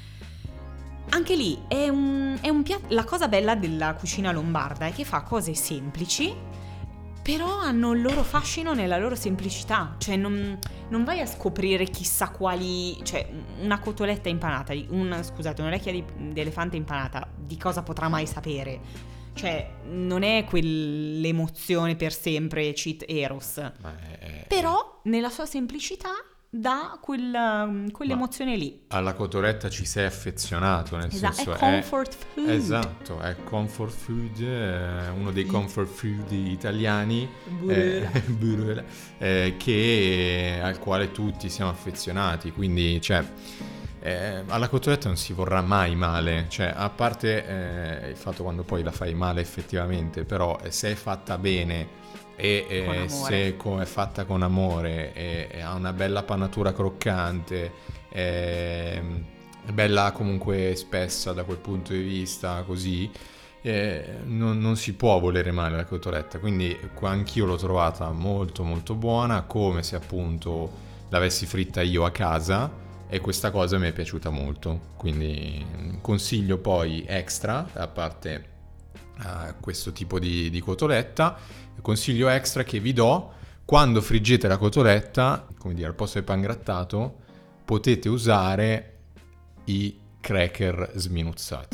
Speaker 2: Anche lì è un, è un piatto. La cosa bella della cucina lombarda è che fa cose semplici, però hanno il loro fascino nella loro semplicità. Cioè non, non vai a scoprire chissà quali. Cioè una cotoletta impanata, una, scusate, un'orecchia di, di elefante impanata, di cosa potrà mai sapere? Cioè non è quell'emozione per sempre cheat eros,
Speaker 1: Ma è-
Speaker 2: però nella sua semplicità dà quella, quell'emozione lì.
Speaker 1: alla cotoletta ci sei affezionato, nel
Speaker 2: Esatto,
Speaker 1: senso
Speaker 2: è comfort food.
Speaker 1: Esatto, è comfort food, eh, uno dei comfort food italiani,
Speaker 2: Burra.
Speaker 1: eh, burra, eh, che, al quale tutti siamo affezionati, quindi cioè, eh, alla cotoletta non si vorrà mai male, cioè, a parte eh, il fatto quando poi la fai male effettivamente, però eh, se è fatta bene e eh,
Speaker 2: Con amore.
Speaker 1: se co- è fatta con amore e, e ha una bella panatura croccante, ehm, è bella comunque spessa da quel punto di vista, così eh, non, non si può volere male la cotoletta, quindi qua anch'io l'ho trovata molto molto buona, come se appunto l'avessi fritta io a casa, e questa cosa mi è piaciuta molto, quindi mm, consiglio poi extra, a parte eh, questo tipo di, di cotoletta, consiglio extra che vi do: quando friggete la cotoletta, come dire, al posto del pangrattato potete usare i cracker sminuzzati.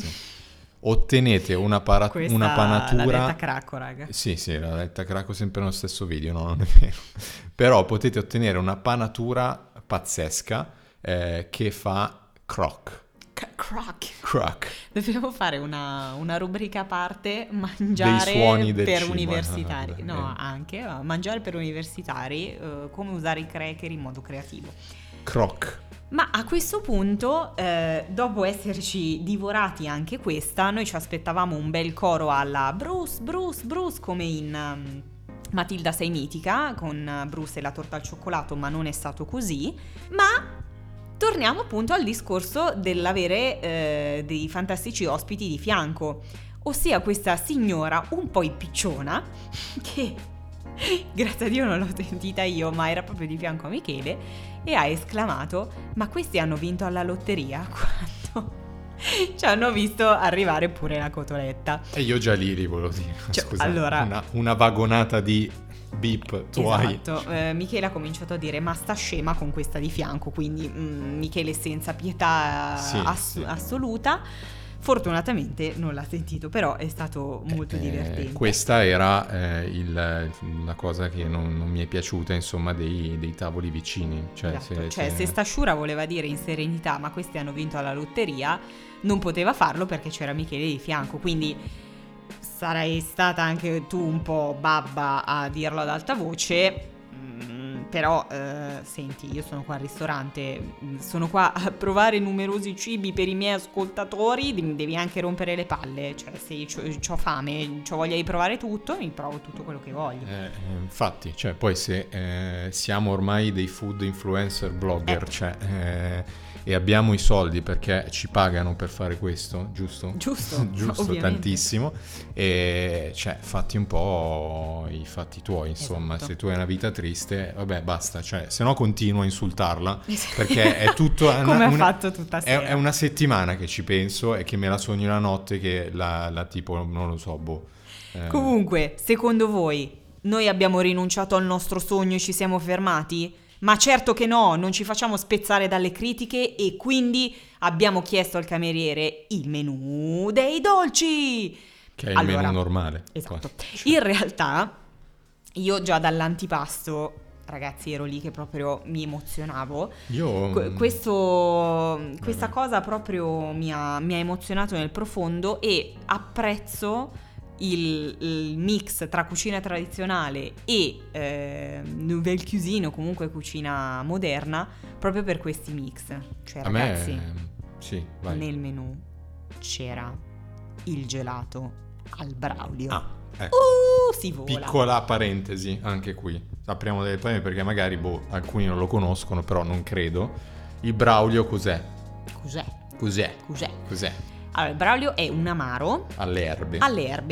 Speaker 1: Ottenete una, para-
Speaker 2: Questa
Speaker 1: una panatura.
Speaker 2: l'ha detta Cracco, raga.
Speaker 1: Sì, sì, l'ha detta Cracco sempre nello stesso video, no, non è vero. Però potete ottenere una panatura pazzesca eh, che fa croc.
Speaker 2: C- croc.
Speaker 1: Croc.
Speaker 2: Dobbiamo fare una, una rubrica a parte, mangiare
Speaker 1: Dei suoni del
Speaker 2: per
Speaker 1: cibo.
Speaker 2: universitari.
Speaker 1: Eh,
Speaker 2: No,
Speaker 1: eh.
Speaker 2: anche ma mangiare per universitari, eh, come usare i cracker in modo creativo.
Speaker 1: Croc.
Speaker 2: Ma a questo punto, eh, dopo esserci divorati anche questa, noi ci aspettavamo un bel coro alla Bruce, Bruce, Bruce, come in um, Matilda sei mitica, con uh, Bruce e la torta al cioccolato, ma non è stato così. Ma torniamo appunto al discorso dell'avere eh, dei fantastici ospiti di fianco, ossia questa signora un po' impicciona che, grazie a Dio non l'ho sentita io, ma era proprio di fianco a Michele, e ha esclamato: ma questi hanno vinto alla lotteria, quando ci hanno visto arrivare pure la cotoletta.
Speaker 1: E io già lì li volevo dire.
Speaker 2: Cioè,
Speaker 1: Scusa,
Speaker 2: allora-
Speaker 1: una, una vagonata di beep tuoi.
Speaker 2: Esatto, eh, Michele ha cominciato a dire: ma sta scema con questa di fianco, quindi mm, Michele senza pietà
Speaker 1: Sì,
Speaker 2: ass-
Speaker 1: sì.
Speaker 2: assoluta. Fortunatamente non l'ha sentito, però è stato molto
Speaker 1: Eh,
Speaker 2: divertente.
Speaker 1: questa era eh, il- la cosa che non, non mi è piaciuta, insomma, dei, dei tavoli vicini. Cioè,
Speaker 2: Esatto,
Speaker 1: se,
Speaker 2: cioè
Speaker 1: se-
Speaker 2: se sta sciura voleva dire in serenità ma questi hanno vinto alla lotteria, non poteva farlo perché c'era Michele di fianco, quindi sarai stata anche tu un po' babba a dirlo ad alta voce. mm, Però eh, senti, io sono qua al ristorante, mm, sono qua a provare numerosi cibi per i miei ascoltatori, mi devi anche rompere le palle, cioè se ho fame, ho voglia di provare tutto, mi provo tutto quello che voglio.
Speaker 1: eh, eh, infatti, cioè, poi se eh, siamo ormai dei food influencer blogger,
Speaker 2: Eh.
Speaker 1: cioè, eh, e abbiamo i soldi perché ci pagano per fare questo, giusto?
Speaker 2: Giusto,
Speaker 1: Giusto,
Speaker 2: ovviamente.
Speaker 1: tantissimo. E cioè, fatti un po' i fatti tuoi, insomma.
Speaker 2: Esatto.
Speaker 1: Se tu hai una vita triste, vabbè, basta, cioè, se no continua a insultarla, perché è tutto una-
Speaker 2: Come ha
Speaker 1: una-
Speaker 2: fatto tutta
Speaker 1: è,
Speaker 2: sera.
Speaker 1: è una settimana che ci penso e che me la sogno la notte, che la, la tipo, non lo so, boh. eh,
Speaker 2: Comunque, secondo voi, noi abbiamo rinunciato al nostro sogno e ci siamo fermati? Ma certo che no, non ci facciamo spezzare dalle critiche e quindi abbiamo chiesto al cameriere il menù dei dolci.
Speaker 1: che è il
Speaker 2: Allora,
Speaker 1: menù normale.
Speaker 2: Esatto.
Speaker 1: Cioè,
Speaker 2: In realtà, io già dall'antipasto, ragazzi, ero lì che proprio mi emozionavo.
Speaker 1: io
Speaker 2: Que-
Speaker 1: mm,
Speaker 2: questo, questa cosa proprio mi ha, mi ha emozionato nel profondo e apprezzo il, il mix tra cucina tradizionale e eh, nouvelle cuisine o comunque cucina moderna proprio per questi mix. Cioè,
Speaker 1: a me
Speaker 2: ragazzi,
Speaker 1: sì, vai.
Speaker 2: nel menù c'era il gelato al Braulio.
Speaker 1: Ah, ecco.
Speaker 2: Uh, si vola.
Speaker 1: Piccola parentesi anche qui, apriamo delle polemiche perché magari boh, alcuni non lo conoscono, però non credo. Il Braulio cos'è?
Speaker 2: Cos'è?
Speaker 1: Cos'è?
Speaker 2: Cos'è?
Speaker 1: Cos'è?
Speaker 2: Allora, il Braulio è un amaro
Speaker 1: Alle erbe.
Speaker 2: alle erbe.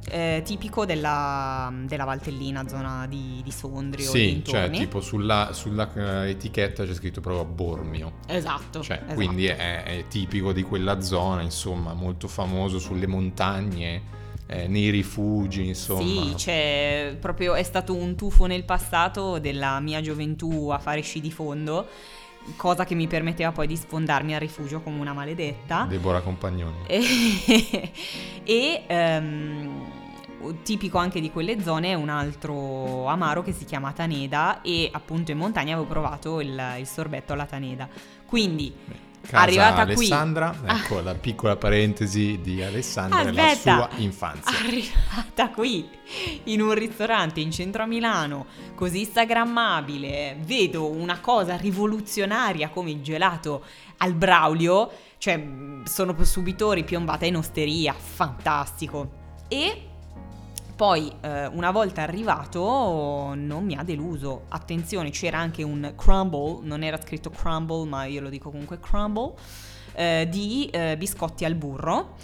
Speaker 2: eh, tipico della, della Valtellina, zona di, di Sondrio e
Speaker 1: Sì,
Speaker 2: dintorni.
Speaker 1: cioè tipo sulla, sulla eh, etichetta c'è scritto proprio Bormio.
Speaker 2: Esatto,
Speaker 1: Cioè,
Speaker 2: esatto.
Speaker 1: quindi è, è tipico di quella zona, insomma, molto famoso sulle montagne, eh, nei rifugi, insomma.
Speaker 2: Sì, c'è proprio, è stato un tuffo nel passato della mia gioventù a fare sci di fondo, cosa che mi permetteva poi di sfondarmi al rifugio come una maledetta.
Speaker 1: Deborah Compagnoni.
Speaker 2: E, e ehm, tipico anche di quelle zone è un altro amaro che si chiama Taneda, e appunto in montagna avevo provato il, il sorbetto alla Taneda. Quindi
Speaker 1: Casa
Speaker 2: arrivata
Speaker 1: Alessandra,
Speaker 2: qui,
Speaker 1: ecco la piccola parentesi di Alessandra e la
Speaker 2: Aspetta,
Speaker 1: sua infanzia.
Speaker 2: arrivata qui in un ristorante in centro a Milano, così instagrammabile, vedo una cosa rivoluzionaria come il gelato al Braulio, cioè sono subito ripiombata in osteria, fantastico. E poi eh, una volta arrivato non mi ha deluso, attenzione, c'era anche un crumble, non era scritto crumble ma io lo dico comunque crumble, eh, di eh, biscotti al burro,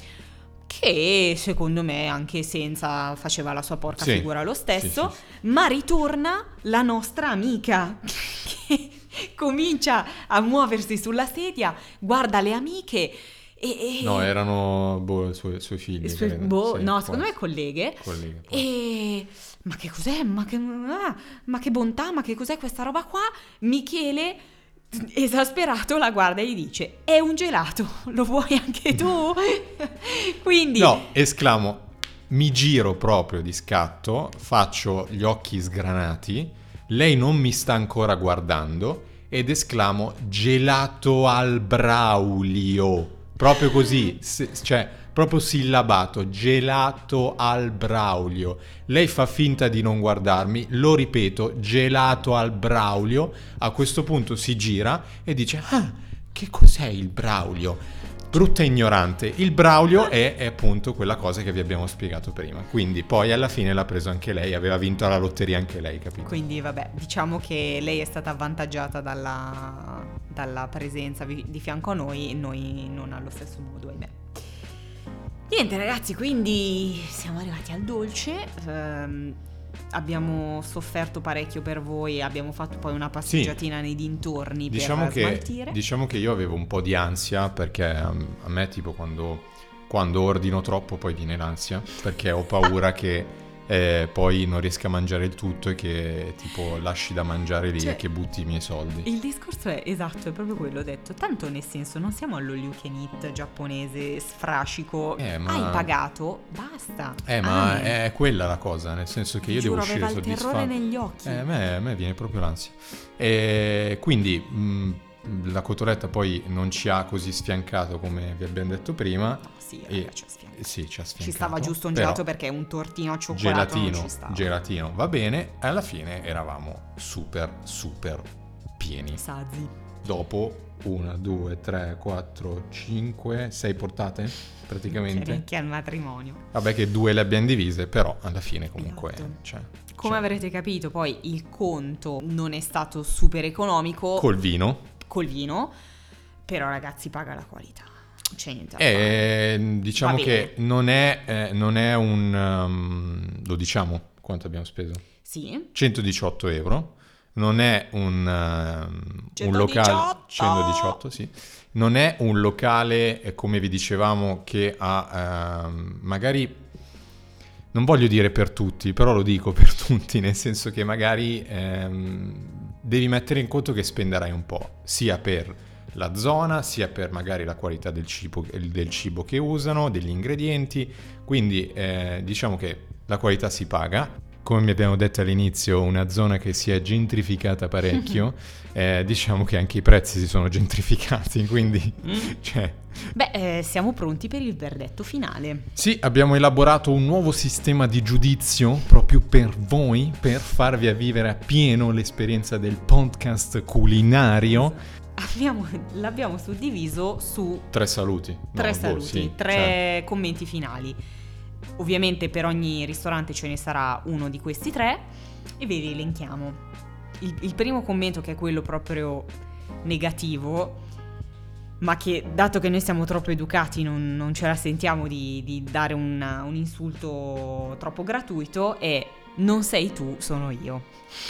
Speaker 2: che secondo me anche senza faceva la sua porca
Speaker 1: Sì,
Speaker 2: figura lo stesso,
Speaker 1: sì, sì,
Speaker 2: ma ritorna la nostra amica che comincia a muoversi sulla sedia, guarda le amiche. E, e
Speaker 1: No, erano boh, i suoi, suoi figli.
Speaker 2: sue-
Speaker 1: credo.
Speaker 2: boh,
Speaker 1: Sì,
Speaker 2: no,
Speaker 1: può
Speaker 2: secondo me
Speaker 1: essere.
Speaker 2: colleghe.
Speaker 1: Colleghe, può
Speaker 2: E ma che cos'è? Ma che, ah, ma che bontà, ma che cos'è questa roba qua? Michele, esasperato, la guarda e gli dice: è un gelato, lo vuoi anche tu? Quindi
Speaker 1: No, esclamo, mi giro proprio di scatto, faccio gli occhi sgranati, lei non mi sta ancora guardando ed esclamo gelato al Braulio. Proprio così, se- cioè proprio sillabato, gelato al Braulio. Lei fa finta di non guardarmi, lo ripeto, gelato al Braulio. A questo punto si gira e dice: ah, che cos'è il Braulio? Brutta ignorante. Il Braulio è, è appunto quella cosa che vi abbiamo spiegato prima. Quindi poi alla fine l'ha preso anche lei, aveva vinto la lotteria anche lei, capito?
Speaker 2: Quindi vabbè, diciamo che lei è stata avvantaggiata dalla, dalla presenza vi- di fianco a noi e noi non allo stesso modo, ahimè. Niente ragazzi, quindi siamo arrivati al dolce, ehm, abbiamo sofferto parecchio per voi, abbiamo fatto poi una passeggiatina nei dintorni
Speaker 1: Diciamo
Speaker 2: per
Speaker 1: che,
Speaker 2: smaltire.
Speaker 1: diciamo che io avevo un po' di ansia perché um, a me tipo quando, quando ordino troppo poi viene l'ansia perché ho paura che eh, poi non riesca a mangiare il tutto e che tipo lasci da mangiare lì
Speaker 2: Cioè,
Speaker 1: e che butti i miei soldi.
Speaker 2: Il discorso è esatto, è proprio quello, ho detto, tanto nel senso non siamo allo you can eat giapponese sfrascico,
Speaker 1: Eh, ma-
Speaker 2: hai pagato, basta.
Speaker 1: Eh ma
Speaker 2: Amen.
Speaker 1: è quella la cosa, nel senso che io
Speaker 2: Giuro,
Speaker 1: devo uscire
Speaker 2: aveva il terrore
Speaker 1: soddisfatto.
Speaker 2: negli occhi.
Speaker 1: Eh, a me, a me viene proprio l'ansia. E quindi mh, la cotoletta poi non ci ha così sfiancato come vi abbiamo detto prima.
Speaker 2: No, sì,
Speaker 1: E-
Speaker 2: raga, ci ha sfiancato.
Speaker 1: Sì, ci ha sfiancato.
Speaker 2: Ci stava giusto un
Speaker 1: però
Speaker 2: gelato perché un tortino al cioccolato
Speaker 1: gelatino,
Speaker 2: non ci stava.
Speaker 1: gelatino va bene. E alla fine eravamo super, super pieni.
Speaker 2: Sazi.
Speaker 1: Dopo una, due, tre, quattro, cinque, sei portate praticamente.
Speaker 2: Che al matrimonio.
Speaker 1: Vabbè che due le abbiamo divise, però alla fine comunque...
Speaker 2: Esatto.
Speaker 1: Cioè,
Speaker 2: Come
Speaker 1: cioè,
Speaker 2: avrete capito, poi il conto non è stato super economico
Speaker 1: col vino.
Speaker 2: col vino, però ragazzi paga la qualità. Non c'è niente da fare.
Speaker 1: E diciamo
Speaker 2: Va
Speaker 1: che non è, eh, non è un... um, lo diciamo quanto abbiamo speso?
Speaker 2: Sì.
Speaker 1: centodiciotto euro. Non è un, um, un locale...
Speaker 2: centodiciotto!
Speaker 1: centodiciotto, sì. Non è un locale, eh, come vi dicevamo, che ha ehm, magari... Non voglio dire per tutti, però lo dico per tutti, nel senso che magari ehm, devi mettere in conto che spenderai un po', sia per la zona, sia per magari la qualità del cibo, del cibo che usano, degli ingredienti, quindi eh, diciamo che la qualità si paga. Come mi abbiamo detto all'inizio, una zona che si è gentrificata parecchio, eh, diciamo che anche i prezzi si sono gentrificati, quindi... cioè,
Speaker 2: Beh, eh, siamo pronti per il verdetto finale.
Speaker 1: sì, abbiamo elaborato un nuovo sistema di giudizio proprio per voi, per farvi a vivere appieno l'esperienza del podcast culinario.
Speaker 2: Abbiamo- l'abbiamo suddiviso su
Speaker 1: Tre saluti. No,
Speaker 2: tre
Speaker 1: boh,
Speaker 2: saluti,
Speaker 1: sì,
Speaker 2: tre
Speaker 1: cioè,
Speaker 2: commenti finali. Ovviamente per ogni ristorante ce ne sarà uno di questi tre e ve li elenchiamo. Il, il primo commento, che è quello proprio negativo, ma che dato che noi siamo troppo educati non, non ce la sentiamo di, di dare una, un insulto troppo gratuito, è non sei tu, sono io.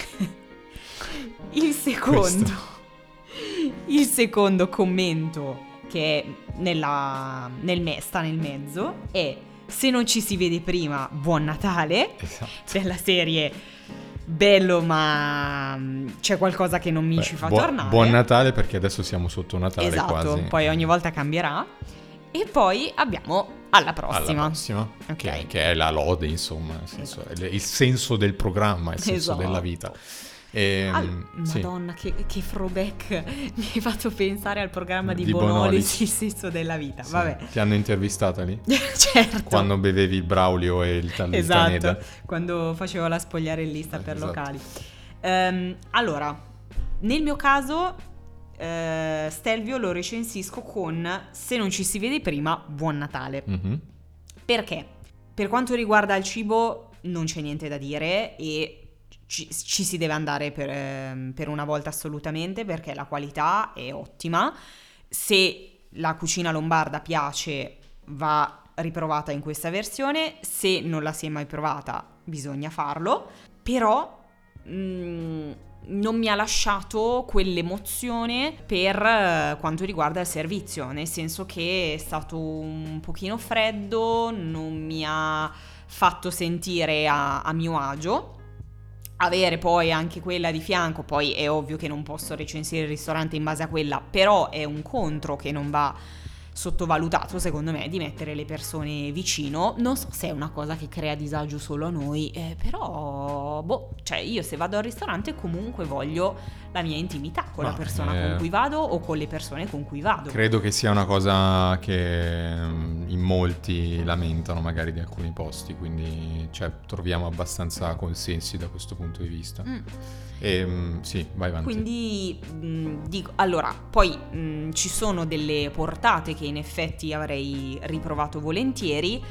Speaker 2: Il secondo
Speaker 1: Questo.
Speaker 2: il secondo commento che è nella, nel me, sta nel mezzo è: se non ci si vede prima, buon Natale.
Speaker 1: Esatto.
Speaker 2: Della serie bello, ma mm, c'è qualcosa che non mi
Speaker 1: Beh,
Speaker 2: ci fa
Speaker 1: buo-
Speaker 2: tornare.
Speaker 1: Buon Natale, perché adesso siamo sotto Natale
Speaker 2: Esatto,
Speaker 1: quasi.
Speaker 2: poi ogni volta cambierà. E poi abbiamo alla prossima.
Speaker 1: Alla prossima,
Speaker 2: Ok.
Speaker 1: che, che è la lode, insomma, nel senso, è il senso del programma, il senso
Speaker 2: Esatto.
Speaker 1: della vita. E,
Speaker 2: Al-
Speaker 1: sì.
Speaker 2: Madonna, che, che throwback. Mi hai fatto pensare al programma di,
Speaker 1: Di
Speaker 2: Bonolis,
Speaker 1: Bonolis.
Speaker 2: il senso della vita.
Speaker 1: Sì.
Speaker 2: Vabbè,
Speaker 1: Ti hanno intervistata lì?
Speaker 2: certo.
Speaker 1: Quando bevevi il Braulio e il tal- il
Speaker 2: Esatto,
Speaker 1: Taneda?
Speaker 2: quando facevo la spogliarellista per
Speaker 1: Esatto.
Speaker 2: locali. Ehm, allora, nel mio caso, eh, Stelvio lo recensisco con: se non ci si vede prima, buon Natale.
Speaker 1: Mhm.
Speaker 2: Perché? Per quanto riguarda il cibo non c'è niente da dire e ci, ci si deve andare per, ehm, per una volta assolutamente, perché la qualità è ottima. Se la cucina lombarda piace, va riprovata in questa versione. Se non la si è mai provata, bisogna farlo. Però mm, non mi ha lasciato quell'emozione per eh, quanto riguarda il servizio, nel senso che è stato un pochino freddo, non mi ha fatto sentire a, a mio agio. Avere poi anche quella di fianco, poi è ovvio che non posso recensire il ristorante in base a quella, però è un contro che non va sottovalutato, secondo me, di mettere le persone vicino. Non so se è una cosa che crea disagio solo a noi, eh, però boh, cioè io se vado al ristorante comunque voglio la mia intimità con
Speaker 1: Ma,
Speaker 2: la persona
Speaker 1: eh,
Speaker 2: con cui vado o con le persone con cui vado.
Speaker 1: Credo che sia una cosa che mm, in molti lamentano magari di alcuni posti, quindi cioè, troviamo abbastanza consensi da questo punto di vista.
Speaker 2: Mm.
Speaker 1: E, mm, sì, vai avanti.
Speaker 2: Quindi mh, dico, allora, poi mh, ci sono delle portate che in effetti avrei riprovato volentieri,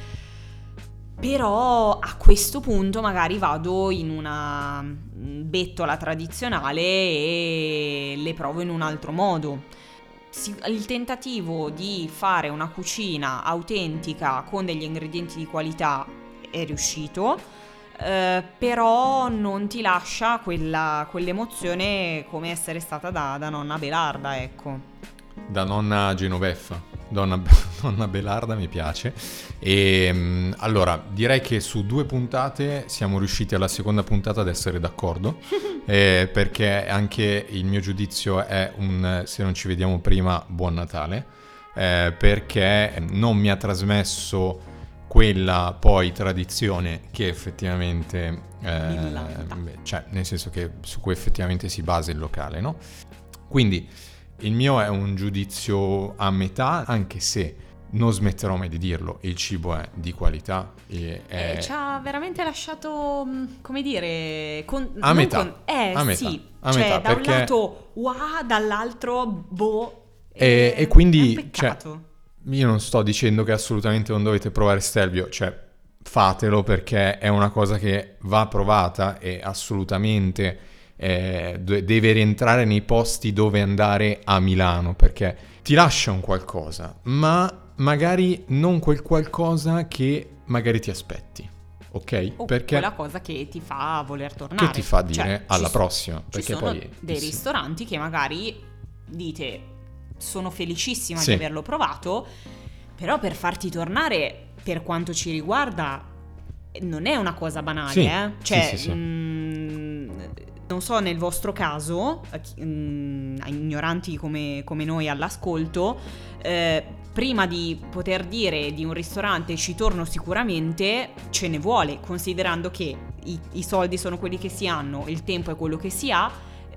Speaker 2: però a questo punto magari vado in una mh, bettola tradizionale e le provo in un altro modo. Si- il tentativo di fare una cucina autentica con degli ingredienti di qualità è riuscito. Uh, però non ti lascia quella, quell'emozione come essere stata da, da nonna Belarda, ecco.
Speaker 1: Da nonna Genoveffa, donna, nonna Belarda mi piace. E mh, allora direi che su due puntate siamo riusciti alla seconda puntata ad essere d'accordo, eh, perché anche il mio giudizio è un se non ci vediamo prima, buon Natale, eh, perché non mi ha trasmesso quella poi tradizione che effettivamente eh,
Speaker 2: Brillante.
Speaker 1: cioè nel senso che su cui effettivamente si basa il locale, no? Quindi il mio è un giudizio a metà, anche se non smetterò mai di dirlo, il cibo è di qualità e è...
Speaker 2: Eh, ci ha veramente lasciato, mh, come dire, con,
Speaker 1: A
Speaker 2: non
Speaker 1: metà,
Speaker 2: con- eh
Speaker 1: a metà,
Speaker 2: sì,
Speaker 1: a
Speaker 2: cioè
Speaker 1: metà,
Speaker 2: da
Speaker 1: perché-
Speaker 2: un lato wow, dall'altro boh.
Speaker 1: E-
Speaker 2: eh,
Speaker 1: e quindi,
Speaker 2: è un peccato.
Speaker 1: Io non sto dicendo che assolutamente non dovete provare Stelvio, cioè fatelo perché è una cosa che va provata e assolutamente eh, de- deve rientrare nei posti dove andare a Milano, perché ti lascia un qualcosa, ma magari non quel qualcosa che magari ti aspetti, ok?
Speaker 2: O
Speaker 1: perché
Speaker 2: quella cosa che ti fa voler tornare.
Speaker 1: che ti fa dire
Speaker 2: Cioè,
Speaker 1: alla
Speaker 2: ci-
Speaker 1: prossima,
Speaker 2: Ci
Speaker 1: perché
Speaker 2: sono
Speaker 1: poi
Speaker 2: dei
Speaker 1: sì.
Speaker 2: ristoranti che magari dite sono felicissima
Speaker 1: Sì.
Speaker 2: di averlo provato, però per farti tornare, per quanto ci riguarda, non è una cosa banale,
Speaker 1: Sì,
Speaker 2: eh?
Speaker 1: sì,
Speaker 2: Cioè,
Speaker 1: sì, sì.
Speaker 2: mh, non so nel vostro caso, a chi- mh, a ignoranti come, come noi all'ascolto, eh, prima di poter dire di un ristorante ci torno sicuramente, ce ne vuole, considerando che i, i soldi sono quelli che si hanno, il tempo è quello che si ha,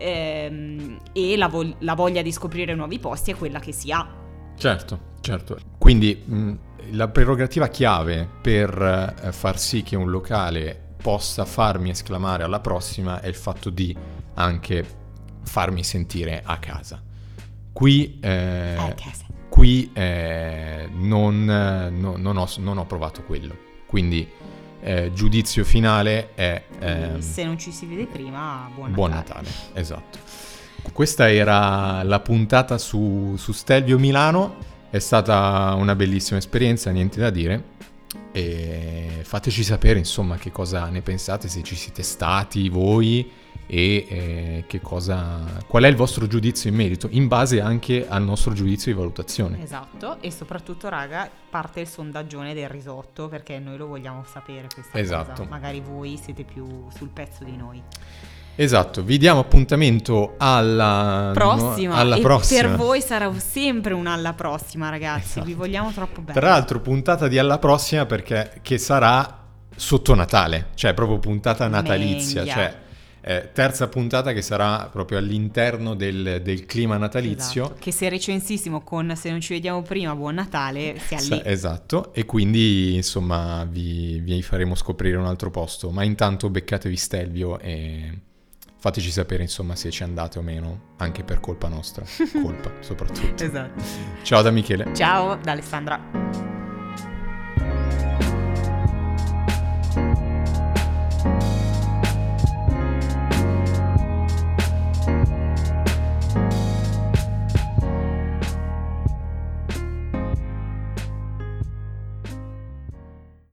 Speaker 2: ehm, e la, vol- la voglia di scoprire nuovi posti è quella che si ha.
Speaker 1: Certo, certo. Quindi mh, la prerogativa chiave per eh, far sì che un locale possa farmi esclamare alla prossima è il fatto di anche farmi sentire a casa. Qui, eh,
Speaker 2: A casa.
Speaker 1: qui eh, non, no- non ho, non ho provato quello. Quindi eh, giudizio finale è ehm,
Speaker 2: Se non ci si vede prima, buon,
Speaker 1: buon
Speaker 2: Natale.
Speaker 1: Natale, esatto. Questa era la puntata su, su Stelvio Milano, è stata una bellissima esperienza, niente da dire. E fateci sapere insomma che cosa ne pensate, se ci siete stati voi e eh, che cosa, qual è il vostro giudizio in merito, in base anche al nostro giudizio di valutazione.
Speaker 2: Esatto, e soprattutto raga, parte il sondaggione del risotto, perché noi lo vogliamo sapere questa
Speaker 1: Esatto.
Speaker 2: cosa, magari voi siete più sul pezzo di noi.
Speaker 1: Esatto, vi diamo appuntamento alla
Speaker 2: prossima,
Speaker 1: no, alla
Speaker 2: e
Speaker 1: prossima.
Speaker 2: per voi sarà sempre un alla prossima, ragazzi,
Speaker 1: Esatto.
Speaker 2: vi vogliamo troppo bene.
Speaker 1: Tra l'altro puntata di alla prossima, perché che sarà sotto Natale, cioè proprio puntata natalizia,
Speaker 2: Meglia.
Speaker 1: cioè eh, terza puntata che sarà proprio all'interno del, del clima natalizio.
Speaker 2: Esatto. Che se recensissimo con Se non ci vediamo prima, buon Natale, sia lì.
Speaker 1: Esatto, e quindi insomma vi, vi faremo scoprire un altro posto, ma intanto beccatevi Stelvio e fateci sapere insomma se ci andate o meno, anche per colpa nostra, colpa soprattutto.
Speaker 2: Esatto.
Speaker 1: Ciao da Michele.
Speaker 2: Ciao da Alessandra.